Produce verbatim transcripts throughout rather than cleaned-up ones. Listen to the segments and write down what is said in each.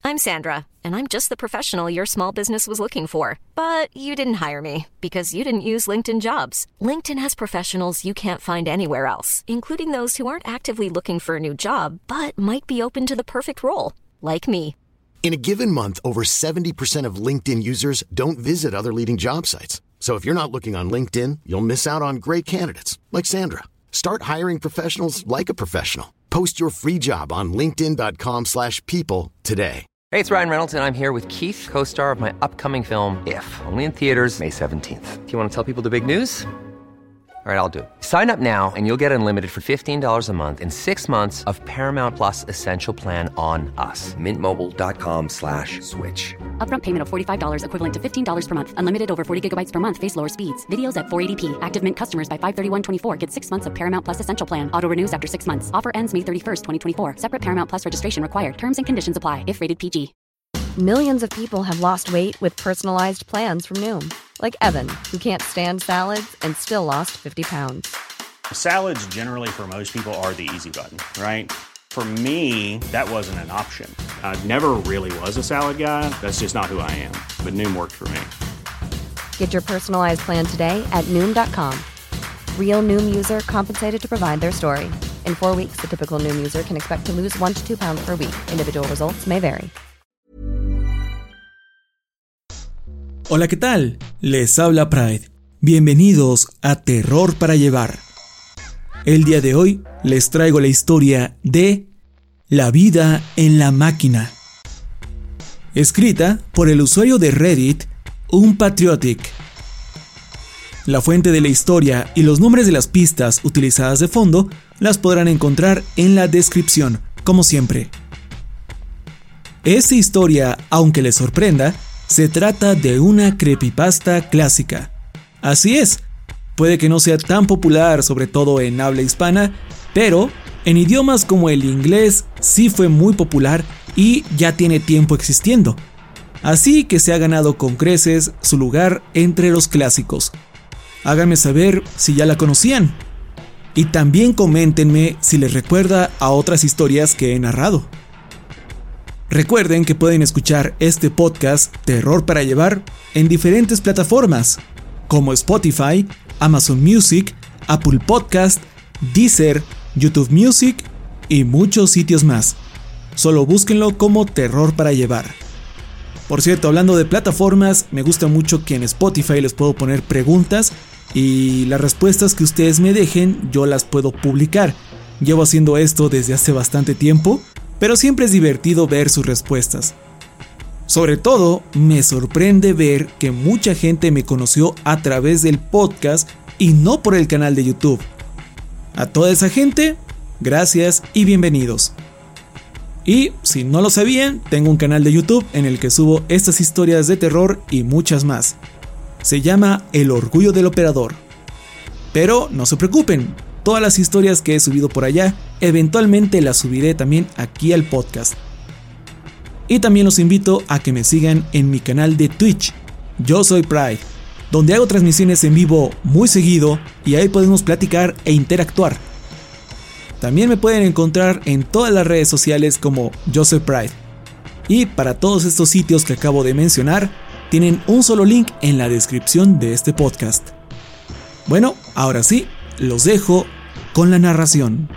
I'm Sandra, and I'm just the professional your small business was looking for. But you didn't hire me because you didn't use LinkedIn Jobs. LinkedIn has professionals you can't find anywhere else, including those who aren't actively looking for a new job, but might be open to the perfect role, like me. In a given month, over seventy percent of LinkedIn users don't visit other leading job sites. So if you're not looking on LinkedIn, you'll miss out on great candidates like Sandra. Start hiring professionals like a professional. Post your free job on linkedin dot com slash people today. Hey, it's Ryan Reynolds, and I'm here with Keith, co-star of my upcoming film, If, only in theaters May seventeenth. Do you want to tell people the big news? All right, I'll do it. Sign up now and you'll get unlimited for fifteen dollars a month and six months of Paramount Plus Essential Plan on us. Mint Mobile dot com slash switch. Upfront payment of forty-five dollars equivalent to fifteen dollars per month. Unlimited over forty gigabytes per month. Face lower speeds. Videos at four eighty p. Active Mint customers by five thirty-one twenty-four get six months of Paramount Plus Essential Plan. Auto renews after six months. Offer ends May thirty-first, twenty twenty-four. Separate Paramount Plus registration required. Terms and conditions apply if rated P G. Millions of people have lost weight with personalized plans from Noom. Like Evan, who can't stand salads and still lost fifty pounds. Salads generally for most people are the easy button, right? For me, that wasn't an option. I never really was a salad guy. That's just not who I am. But Noom worked for me. Get your personalized plan today at Noom dot com. Real Noom user compensated to provide their story. In four weeks, the typical Noom user can expect to lose one to two pounds per week. Individual results may vary. Hola, ¿qué tal? Les habla Pride. Bienvenidos a Terror para Llevar. El día de hoy les traigo la historia de La vida en la máquina, escrita por el usuario de Reddit Unpatriotic. La fuente de la historia y los nombres de las pistas utilizadas de fondo las podrán encontrar en la descripción, como siempre. Esta historia, aunque les sorprenda, se trata de una creepypasta clásica. Así es, puede que no sea tan popular, sobre todo en habla hispana, pero en idiomas como el inglés sí fue muy popular y ya tiene tiempo existiendo. Así que se ha ganado con creces su lugar entre los clásicos. Háganme saber si ya la conocían. Y también coméntenme si les recuerda a otras historias que he narrado. Recuerden que pueden escuchar este podcast Terror para Llevar en diferentes plataformas como Spotify, Amazon Music, Apple Podcast, Deezer, YouTube Music y muchos sitios más. Solo búsquenlo como Terror para Llevar. Por cierto, hablando de plataformas, me gusta mucho que en Spotify les puedo poner preguntas y las respuestas que ustedes me dejen yo las puedo publicar. Llevo haciendo esto desde hace bastante tiempo, pero siempre es divertido ver sus respuestas. Sobre todo, me sorprende ver que mucha gente me conoció a través del podcast y no por el canal de YouTube. A toda esa gente, gracias y bienvenidos. Y si no lo sabían, tengo un canal de YouTube en el que subo estas historias de terror y muchas más. Se llama El Orgullo del Operador. Pero no se preocupen, todas las historias que he subido por allá, eventualmente las subiré también aquí al podcast. Y también los invito a que me sigan en mi canal de Twitch, Yo Soy Pride, donde hago transmisiones en vivo muy seguido y ahí podemos platicar e interactuar. También me pueden encontrar en todas las redes sociales como Yo Soy Pride. Y para todos estos sitios que acabo de mencionar, tienen un solo link en la descripción de este podcast. Bueno, ahora sí, los dejo con la narración.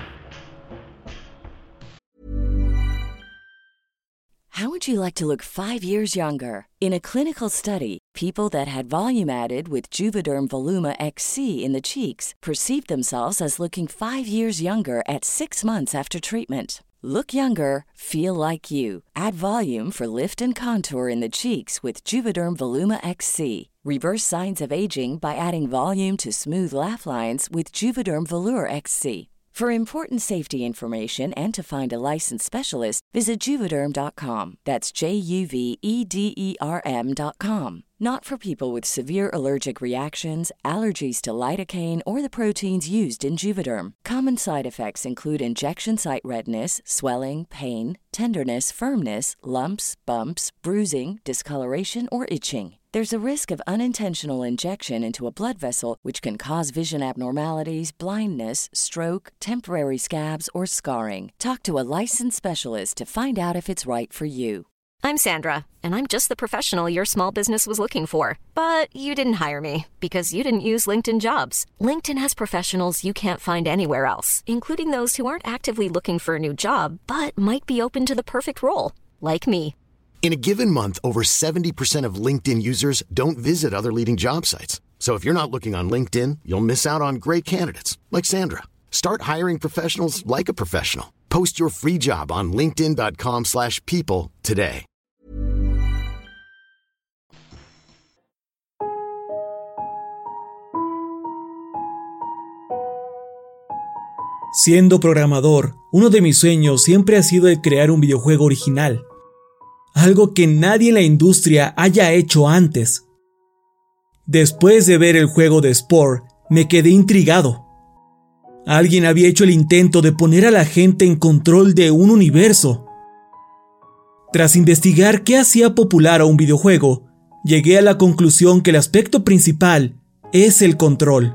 How would you like to look five years younger? In a clinical study, people that had volume added with Juvederm Voluma X C in the cheeks perceived themselves as looking five years younger at six months after treatment. Look younger, feel like you. Add volume for lift and contour in the cheeks with Juvederm Voluma X C. Reverse signs of aging by adding volume to smooth laugh lines with Juvederm Volure X C. For important safety information and to find a licensed specialist, visit Juvederm dot com. That's J U V E D E R M dot com. Not for people with severe allergic reactions, allergies to lidocaine, or the proteins used in Juvederm. Common side effects include injection site redness, swelling, pain, tenderness, firmness, lumps, bumps, bruising, discoloration, or itching. There's a risk of unintentional injection into a blood vessel, which can cause vision abnormalities, blindness, stroke, temporary scabs, or scarring. Talk to a licensed specialist to find out if it's right for you. I'm Sandra, and I'm just the professional your small business was looking for. But you didn't hire me because you didn't use LinkedIn Jobs. LinkedIn has professionals you can't find anywhere else, including those who aren't actively looking for a new job, but might be open to the perfect role, like me. In a given month, over seventy percent of LinkedIn users don't visit other leading job sites. So if you're not looking on LinkedIn, you'll miss out on great candidates like Sandra. Start hiring professionals like a professional. Post your free job on linkedin.com slash people today. Siendo programador, uno de mis sueños siempre ha sido el crear un videojuego original. Algo que nadie en la industria haya hecho antes. Después de ver el juego de Spore, me quedé intrigado. Alguien había hecho el intento de poner a la gente en control de un universo. Tras investigar qué hacía popular a un videojuego, llegué a la conclusión que el aspecto principal es el control.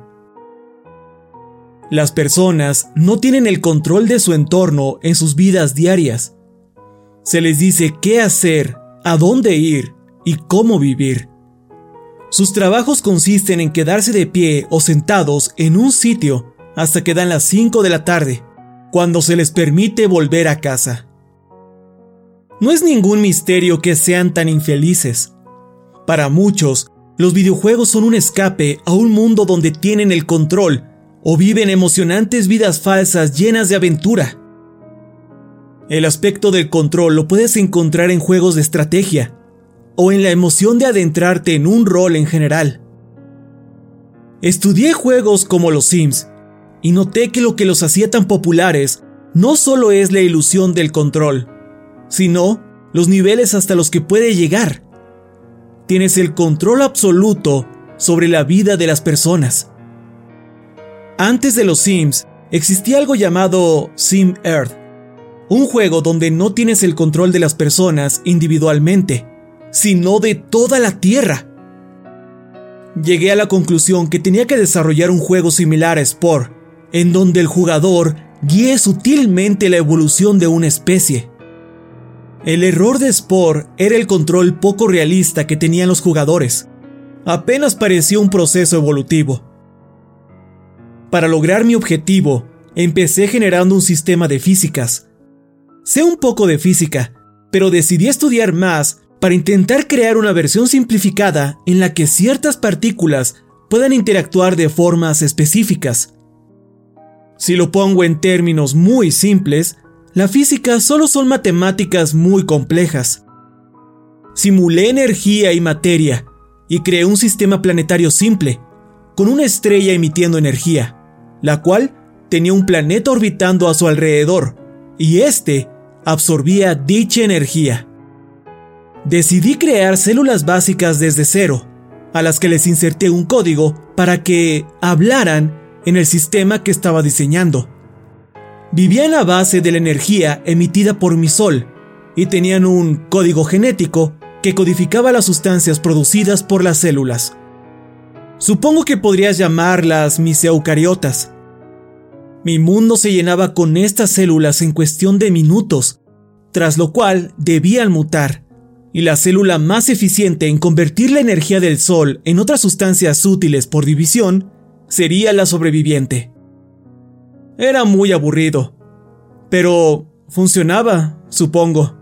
Las personas no tienen el control de su entorno en sus vidas diarias. Se les dice qué hacer, a dónde ir y cómo vivir. Sus trabajos consisten en quedarse de pie o sentados en un sitio hasta que dan las cinco de la tarde, cuando se les permite volver a casa. No es ningún misterio que sean tan infelices. Para muchos, los videojuegos son un escape a un mundo donde tienen el control o viven emocionantes vidas falsas llenas de aventura. El aspecto del control lo puedes encontrar en juegos de estrategia o en la emoción de adentrarte en un rol en general. Estudié juegos como los Sims y noté que lo que los hacía tan populares no solo es la ilusión del control, sino los niveles hasta los que puede llegar. Tienes el control absoluto sobre la vida de las personas. Antes de los Sims, existía algo llamado Sim Earth, un juego donde no tienes el control de las personas individualmente, sino de toda la Tierra. Llegué a la conclusión que tenía que desarrollar un juego similar a Spore, en donde el jugador guíe sutilmente la evolución de una especie. El error de Spore era el control poco realista que tenían los jugadores. Apenas parecía un proceso evolutivo. Para lograr mi objetivo, empecé generando un sistema de físicas. Sé un poco de física, pero decidí estudiar más para intentar crear una versión simplificada en la que ciertas partículas puedan interactuar de formas específicas. Si lo pongo en términos muy simples, la física solo son matemáticas muy complejas. Simulé energía y materia y creé un sistema planetario simple, con una estrella emitiendo energía, la cual tenía un planeta orbitando a su alrededor, y este absorbía dicha energía. Decidí crear células básicas desde cero, a las que les inserté un código para que hablaran en el sistema que estaba diseñando. Vivían a base de la energía emitida por mi sol y tenían un código genético que codificaba las sustancias producidas por las células. Supongo que podrías llamarlas mis eucariotas. Mi mundo se llenaba con estas células en cuestión de minutos, tras lo cual debían mutar, y la célula más eficiente en convertir la energía del sol en otras sustancias útiles por división sería la sobreviviente. Era muy aburrido, pero funcionaba, supongo.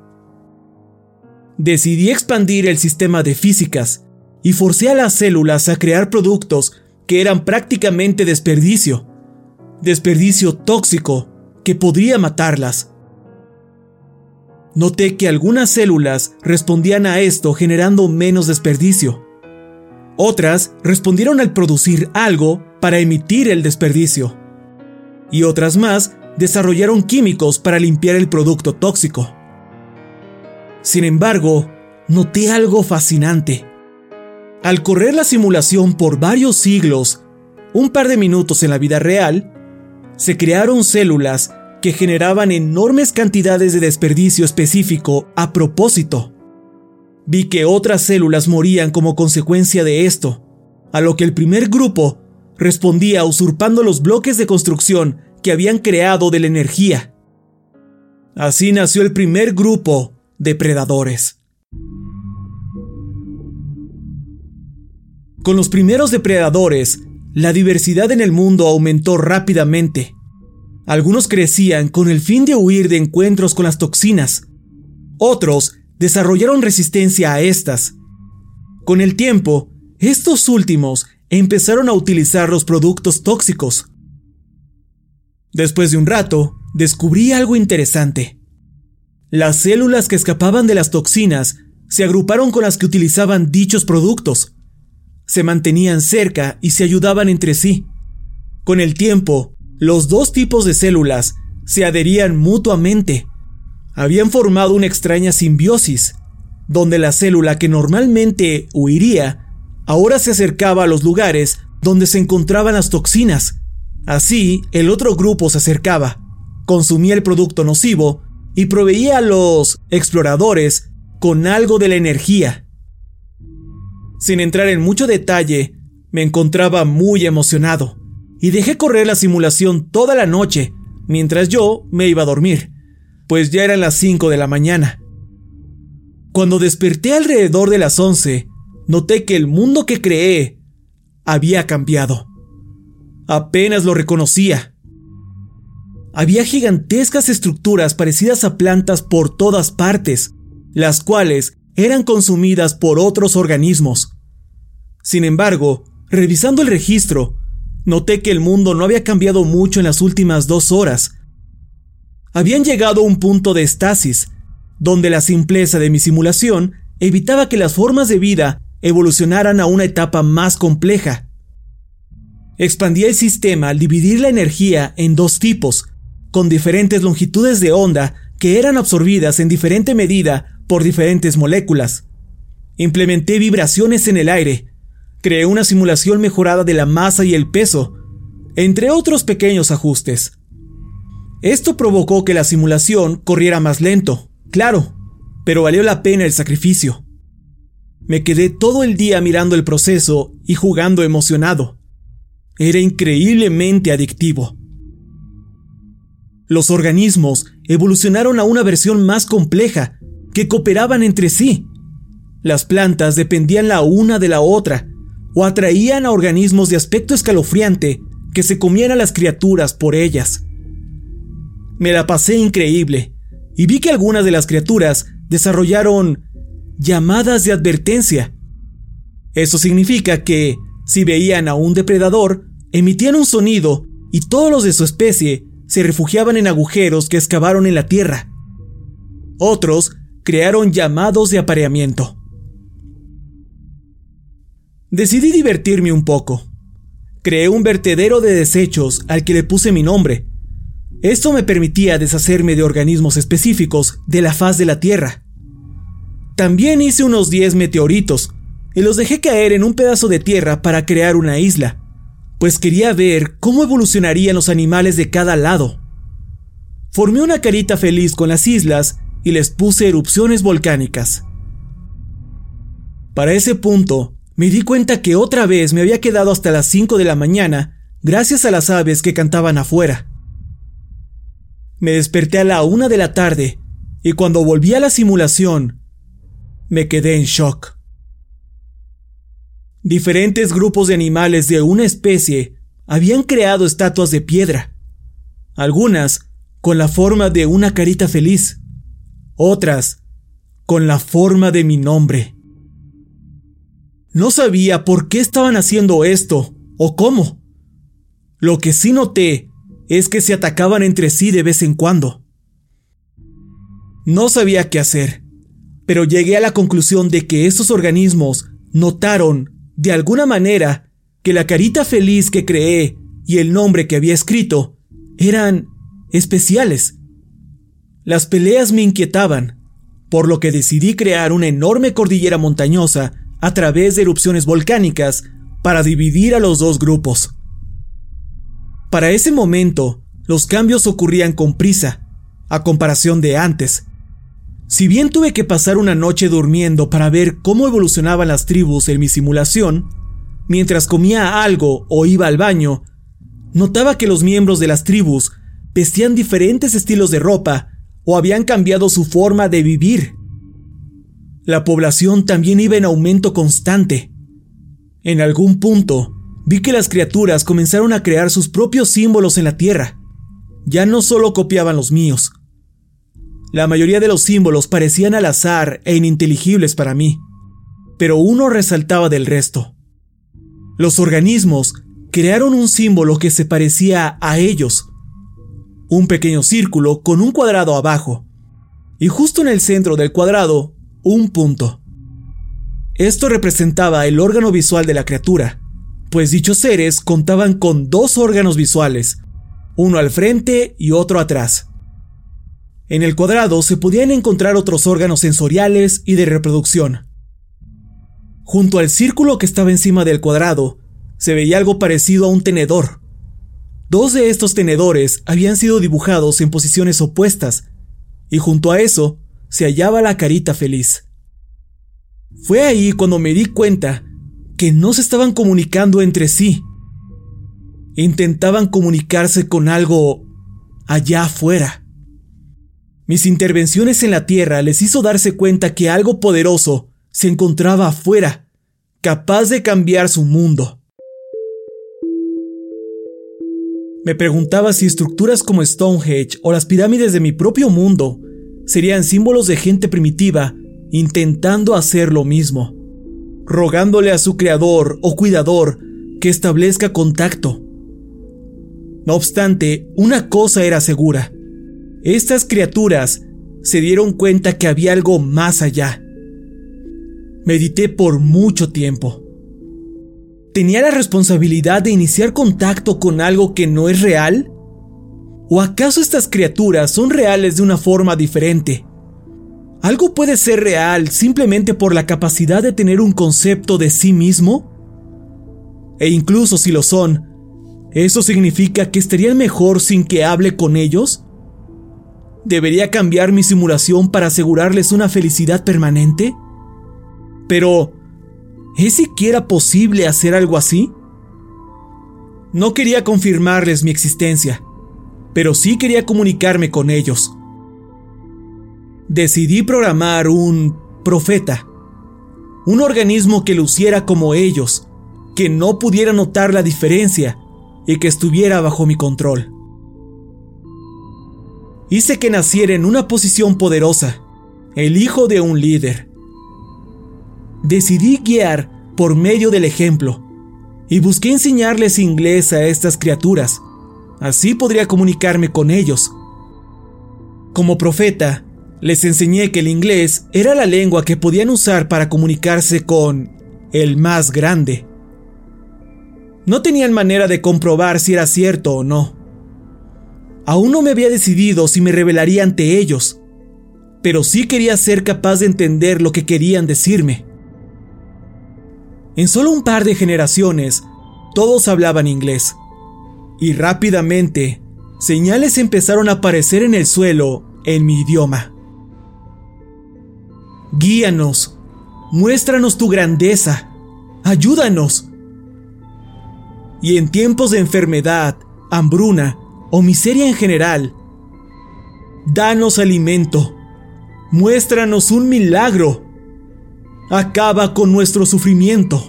Decidí expandir el sistema de físicas y forcé a las células a crear productos que eran prácticamente desperdicio. Desperdicio tóxico que podría matarlas. Noté que algunas células respondían a esto generando menos desperdicio. Otras respondieron al producir algo para emitir el desperdicio. Y otras más desarrollaron químicos para limpiar el producto tóxico. Sin embargo, noté algo fascinante. Al correr la simulación por varios siglos, un par de minutos en la vida real, se crearon células que generaban enormes cantidades de desperdicio específico a propósito. Vi que otras células morían como consecuencia de esto, a lo que el primer grupo respondía usurpando los bloques de construcción que habían creado de la energía. Así nació el primer grupo de predadores. Con los primeros depredadores, la diversidad en el mundo aumentó rápidamente. Algunos crecían con el fin de huir de encuentros con las toxinas. Otros desarrollaron resistencia a estas. Con el tiempo, estos últimos empezaron a utilizar los productos tóxicos. Después de un rato, descubrí algo interesante. Las células que escapaban de las toxinas se agruparon con las que utilizaban dichos productos. Se mantenían cerca y se ayudaban entre sí. Con el tiempo, los dos tipos de células se adherían mutuamente. Habían formado una extraña simbiosis, donde la célula que normalmente huiría, ahora se acercaba a los lugares donde se encontraban las toxinas. Así, el otro grupo se acercaba, consumía el producto nocivo y proveía a los exploradores con algo de la energía. Sin entrar en mucho detalle, me encontraba muy emocionado y dejé correr la simulación toda la noche mientras yo me iba a dormir, pues ya eran las cinco de la mañana. Cuando desperté alrededor de las once, noté que el mundo que creé había cambiado. Apenas lo reconocía. Había gigantescas estructuras parecidas a plantas por todas partes, las cuales eran consumidas por otros organismos. Sin embargo, revisando el registro, noté que el mundo no había cambiado mucho en las últimas dos horas. Habían llegado a un punto de estasis, donde la simpleza de mi simulación evitaba que las formas de vida evolucionaran a una etapa más compleja. Expandí el sistema al dividir la energía en dos tipos, con diferentes longitudes de onda que eran absorbidas en diferente medida por diferentes moléculas. Implementé vibraciones en el aire, creé una simulación mejorada de la masa y el peso, entre otros pequeños ajustes. Esto provocó que la simulación corriera más lento, claro, pero valió la pena el sacrificio. Me quedé todo el día mirando el proceso y jugando emocionado. Era increíblemente adictivo. Los organismos evolucionaron a una versión más compleja, que cooperaban entre sí. Las plantas dependían la una de la otra, o atraían a organismos de aspecto escalofriante que se comían a las criaturas por ellas. Me la pasé increíble, y vi que algunas de las criaturas desarrollaron llamadas de advertencia. Eso significa que, si veían a un depredador, emitían un sonido y todos los de su especie se refugiaban en agujeros que excavaron en la tierra. Otros crearon llamados de apareamiento. Decidí divertirme un poco. Creé un vertedero de desechos al que le puse mi nombre. Esto me permitía deshacerme de organismos específicos de la faz de la Tierra. También hice unos diez meteoritos y los dejé caer en un pedazo de tierra para crear una isla, pues quería ver cómo evolucionarían los animales de cada lado. Formé una carita feliz con las islas y les puse erupciones volcánicas. Para ese punto, me di cuenta que otra vez me había quedado hasta las cinco de la mañana gracias a las aves que cantaban afuera. Me desperté a la una de la tarde y cuando volví a la simulación, me quedé en shock. Diferentes grupos de animales de una especie habían creado estatuas de piedra, algunas con la forma de una carita feliz, otras con la forma de mi nombre. No sabía por qué estaban haciendo esto o cómo. Lo que sí noté es que se atacaban entre sí de vez en cuando. No sabía qué hacer, pero llegué a la conclusión de que estos organismos notaron, de alguna manera, que la carita feliz que creé y el nombre que había escrito eran especiales. Las peleas me inquietaban, por lo que decidí crear una enorme cordillera montañosa a través de erupciones volcánicas para dividir a los dos grupos. Para ese momento, los cambios ocurrían con prisa, a comparación de antes. Si bien tuve que pasar una noche durmiendo para ver cómo evolucionaban las tribus en mi simulación, mientras comía algo o iba al baño, notaba que los miembros de las tribus vestían diferentes estilos de ropa o habían cambiado su forma de vivir. La población también iba en aumento constante. En algún punto, vi que las criaturas comenzaron a crear sus propios símbolos en la tierra. Ya no solo copiaban los míos. La mayoría de los símbolos parecían al azar e ininteligibles para mí, pero uno resaltaba del resto. Los organismos crearon un símbolo que se parecía a ellos. Un pequeño círculo con un cuadrado abajo, y justo en el centro del cuadrado, un punto. Esto representaba el órgano visual de la criatura, pues dichos seres contaban con dos órganos visuales, uno al frente y otro atrás. En el cuadrado se podían encontrar otros órganos sensoriales y de reproducción. Junto al círculo que estaba encima del cuadrado, se veía algo parecido a un tenedor. Dos de estos tenedores habían sido dibujados en posiciones opuestas, y junto a eso se hallaba la carita feliz. Fue ahí cuando me di cuenta que no se estaban comunicando entre sí. Intentaban comunicarse con algo allá afuera. Mis intervenciones en la Tierra les hizo darse cuenta que algo poderoso se encontraba afuera, capaz de cambiar su mundo. Me preguntaba si estructuras como Stonehenge o las pirámides de mi propio mundo serían símbolos de gente primitiva intentando hacer lo mismo, rogándole a su creador o cuidador que establezca contacto. No obstante, una cosa era segura: estas criaturas se dieron cuenta que había algo más allá. Medité por mucho tiempo. ¿Tenía la responsabilidad de iniciar contacto con algo que no es real? ¿O acaso estas criaturas son reales de una forma diferente? ¿Algo puede ser real simplemente por la capacidad de tener un concepto de sí mismo? E incluso si lo son, ¿eso significa que estarían mejor sin que hable con ellos? ¿Debería cambiar mi simulación para asegurarles una felicidad permanente? Pero, ¿es siquiera posible hacer algo así? No quería confirmarles mi existencia, pero sí quería comunicarme con ellos. Decidí programar un profeta, un organismo que luciera como ellos, que no pudiera notar la diferencia y que estuviera bajo mi control. Hice que naciera en una posición poderosa, el hijo de un líder. Decidí guiar por medio del ejemplo y busqué enseñarles inglés a estas criaturas. Así podría comunicarme con ellos. Como profeta, les enseñé que el inglés era la lengua que podían usar para comunicarse con el más grande. No tenían manera de comprobar si era cierto o no. Aún no me había decidido si me rebelaría ante ellos, pero sí quería ser capaz de entender lo que querían decirme. En solo un par de generaciones, todos hablaban inglés, y rápidamente, señales empezaron a aparecer en el suelo en mi idioma. Guíanos, muéstranos tu grandeza, ayúdanos. Y en tiempos de enfermedad, hambruna o miseria en general, danos alimento, muéstranos un milagro, acaba con nuestro sufrimiento.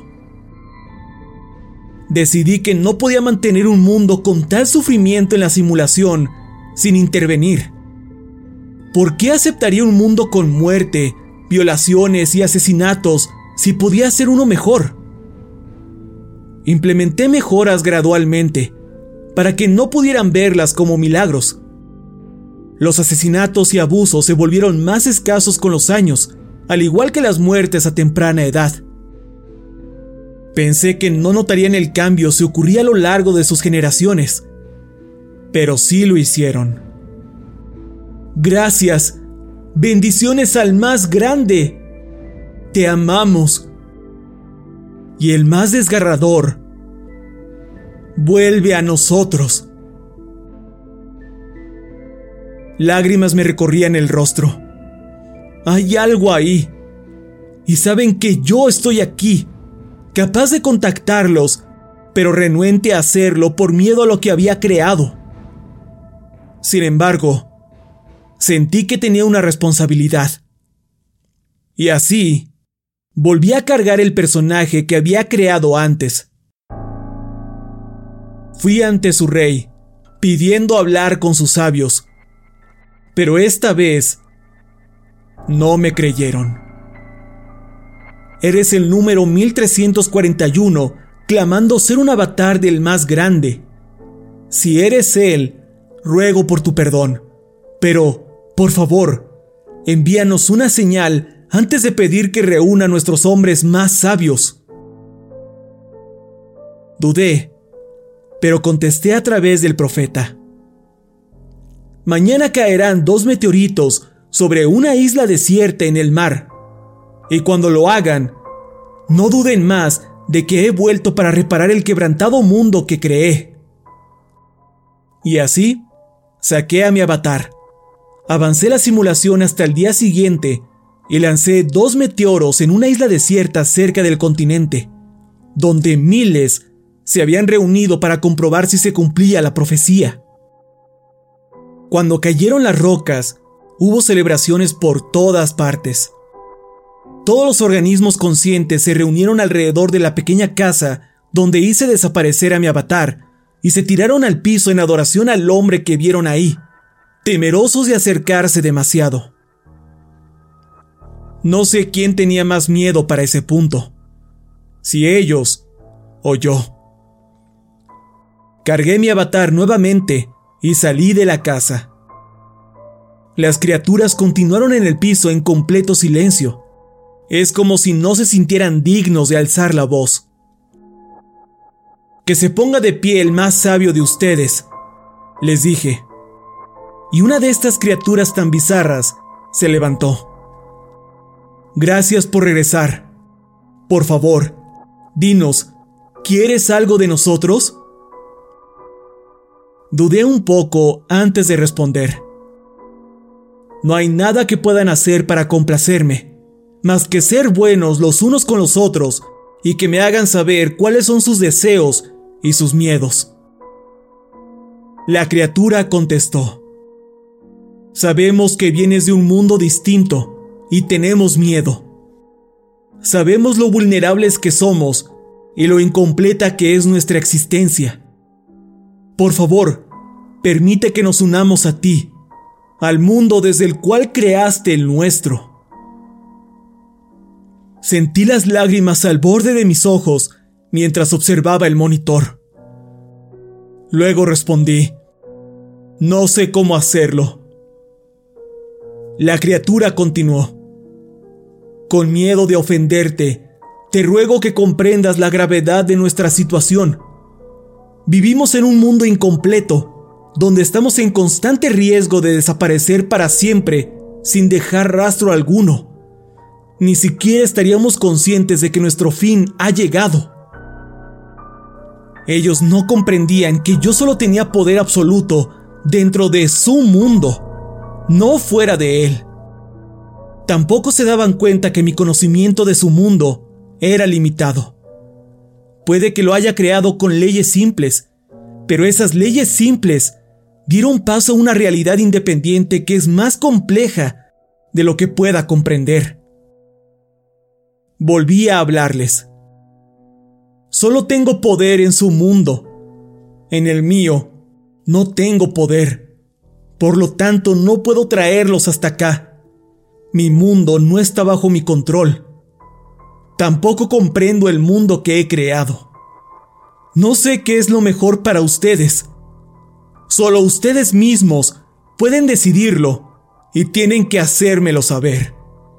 Decidí que no podía mantener un mundo con tal sufrimiento en la simulación sin intervenir. ¿Por qué aceptaría un mundo con muerte, violaciones y asesinatos si podía ser uno mejor? Implementé mejoras gradualmente para que no pudieran verlas como milagros. Los asesinatos y abusos se volvieron más escasos con los años, al igual que las muertes a temprana edad. Pensé que no notarían el cambio si ocurría a lo largo de sus generaciones, pero sí lo hicieron. Gracias, bendiciones al más grande. Te amamos. Y el más desgarrador, vuelve a nosotros. Lágrimas me recorrían el rostro. Hay algo ahí. Y saben que yo estoy aquí, capaz de contactarlos, pero renuente a hacerlo por miedo a lo que había creado. Sin embargo, sentí que tenía una responsabilidad. Y así, volví a cargar el personaje que había creado antes. Fui ante su rey, pidiendo hablar con sus sabios. Pero esta vez, no me creyeron. Eres el número mil trescientos cuarenta y uno, clamando ser un avatar del más grande. Si eres él, ruego por tu perdón. Pero, por favor, envíanos una señal antes de pedir que reúna a nuestros hombres más sabios. Dudé, pero contesté a través del profeta. Mañana caerán dos meteoritos sobre una isla desierta en el mar. Y cuando lo hagan, no duden más de que he vuelto para reparar el quebrantado mundo que creé. Y así, saqué a mi avatar. Avancé la simulación hasta el día siguiente y lancé dos meteoros en una isla desierta cerca del continente, donde miles se habían reunido para comprobar si se cumplía la profecía. Cuando cayeron las rocas, hubo celebraciones por todas partes. Todos los organismos conscientes se reunieron alrededor de la pequeña casa donde hice desaparecer a mi avatar y se tiraron al piso en adoración al hombre que vieron ahí, temerosos de acercarse demasiado. No sé quién tenía más miedo para ese punto, si ellos o yo. Cargué mi avatar nuevamente y salí de la casa. Las criaturas continuaron en el piso en completo silencio. Es como si no se sintieran dignos de alzar la voz. Que se ponga de pie el más sabio de ustedes, les dije. Y una de estas criaturas tan bizarras se levantó. Gracias por regresar. Por favor, dinos, ¿quieres algo de nosotros? Dudé un poco antes de responder. No hay nada que puedan hacer para complacerme, más que ser buenos los unos con los otros y que me hagan saber cuáles son sus deseos y sus miedos. La criatura contestó: sabemos que vienes de un mundo distinto y tenemos miedo. Sabemos lo vulnerables que somos y lo incompleta que es nuestra existencia. Por favor, permite que nos unamos a ti, al mundo desde el cual creaste el nuestro. Sentí las lágrimas al borde de mis ojos mientras observaba el monitor. Luego respondí: no sé cómo hacerlo. La criatura continuó: con miedo de ofenderte, te ruego que comprendas la gravedad de nuestra situación. Vivimos en un mundo incompleto, donde estamos en constante riesgo de desaparecer para siempre, sin dejar rastro alguno. Ni siquiera estaríamos conscientes de que nuestro fin ha llegado. Ellos no comprendían que yo solo tenía poder absoluto dentro de su mundo, no fuera de él. Tampoco se daban cuenta que mi conocimiento de su mundo era limitado. Puede que lo haya creado con leyes simples, pero esas leyes simples dieron paso a una realidad independiente que es más compleja de lo que pueda comprender. Volví a hablarles. Solo tengo poder en su mundo. En el mío, no tengo poder. Por lo tanto, no puedo traerlos hasta acá. Mi mundo no está bajo mi control. Tampoco comprendo el mundo que he creado. No sé qué es lo mejor para ustedes. Solo ustedes mismos pueden decidirlo y tienen que hacérmelo saber.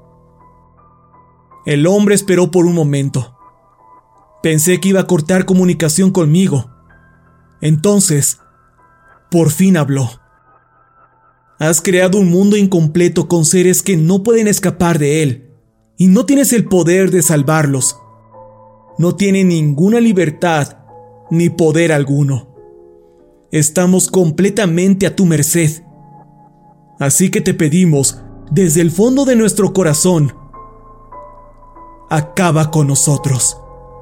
El hombre esperó por un momento. Pensé que iba a cortar comunicación conmigo. Entonces, por fin habló. Has creado un mundo incompleto con seres que no pueden escapar de él. Y no tienes el poder de salvarlos. No tienen ninguna libertad ni poder alguno. Estamos completamente a tu merced. Así que te pedimos, desde el fondo de nuestro corazón, acaba con nosotros.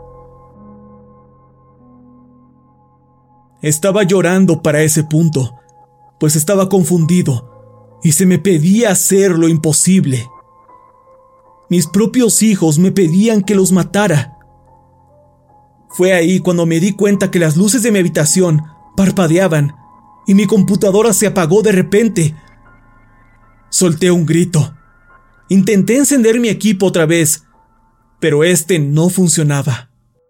Estaba llorando para ese punto, pues estaba confundido y se me pedía hacer lo imposible. Mis propios hijos me pedían que los matara. Fue ahí cuando me di cuenta que las luces de mi habitación parpadeaban y mi computadora se apagó de repente. Solté un grito. Intenté encender mi equipo otra vez, pero este no funcionaba.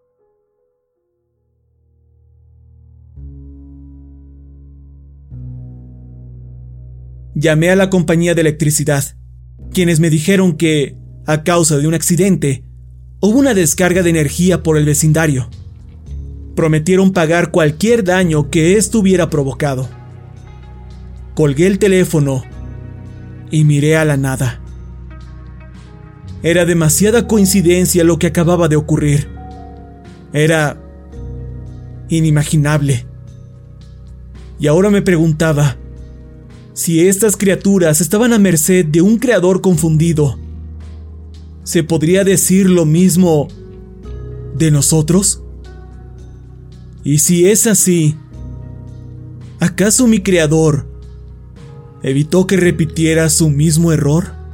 Llamé a la compañía de electricidad, quienes me dijeron que, a causa de un accidente, hubo una descarga de energía por el vecindario. Prometieron pagar cualquier daño que esto hubiera provocado. Colgué el teléfono y miré a la nada. Era demasiada coincidencia lo que acababa de ocurrir. Era inimaginable. Y ahora me preguntaba si estas criaturas estaban a merced de un creador confundido. ¿Se podría decir lo mismo de nosotros? Y si es así, ¿acaso mi creador evitó que repitiera su mismo error?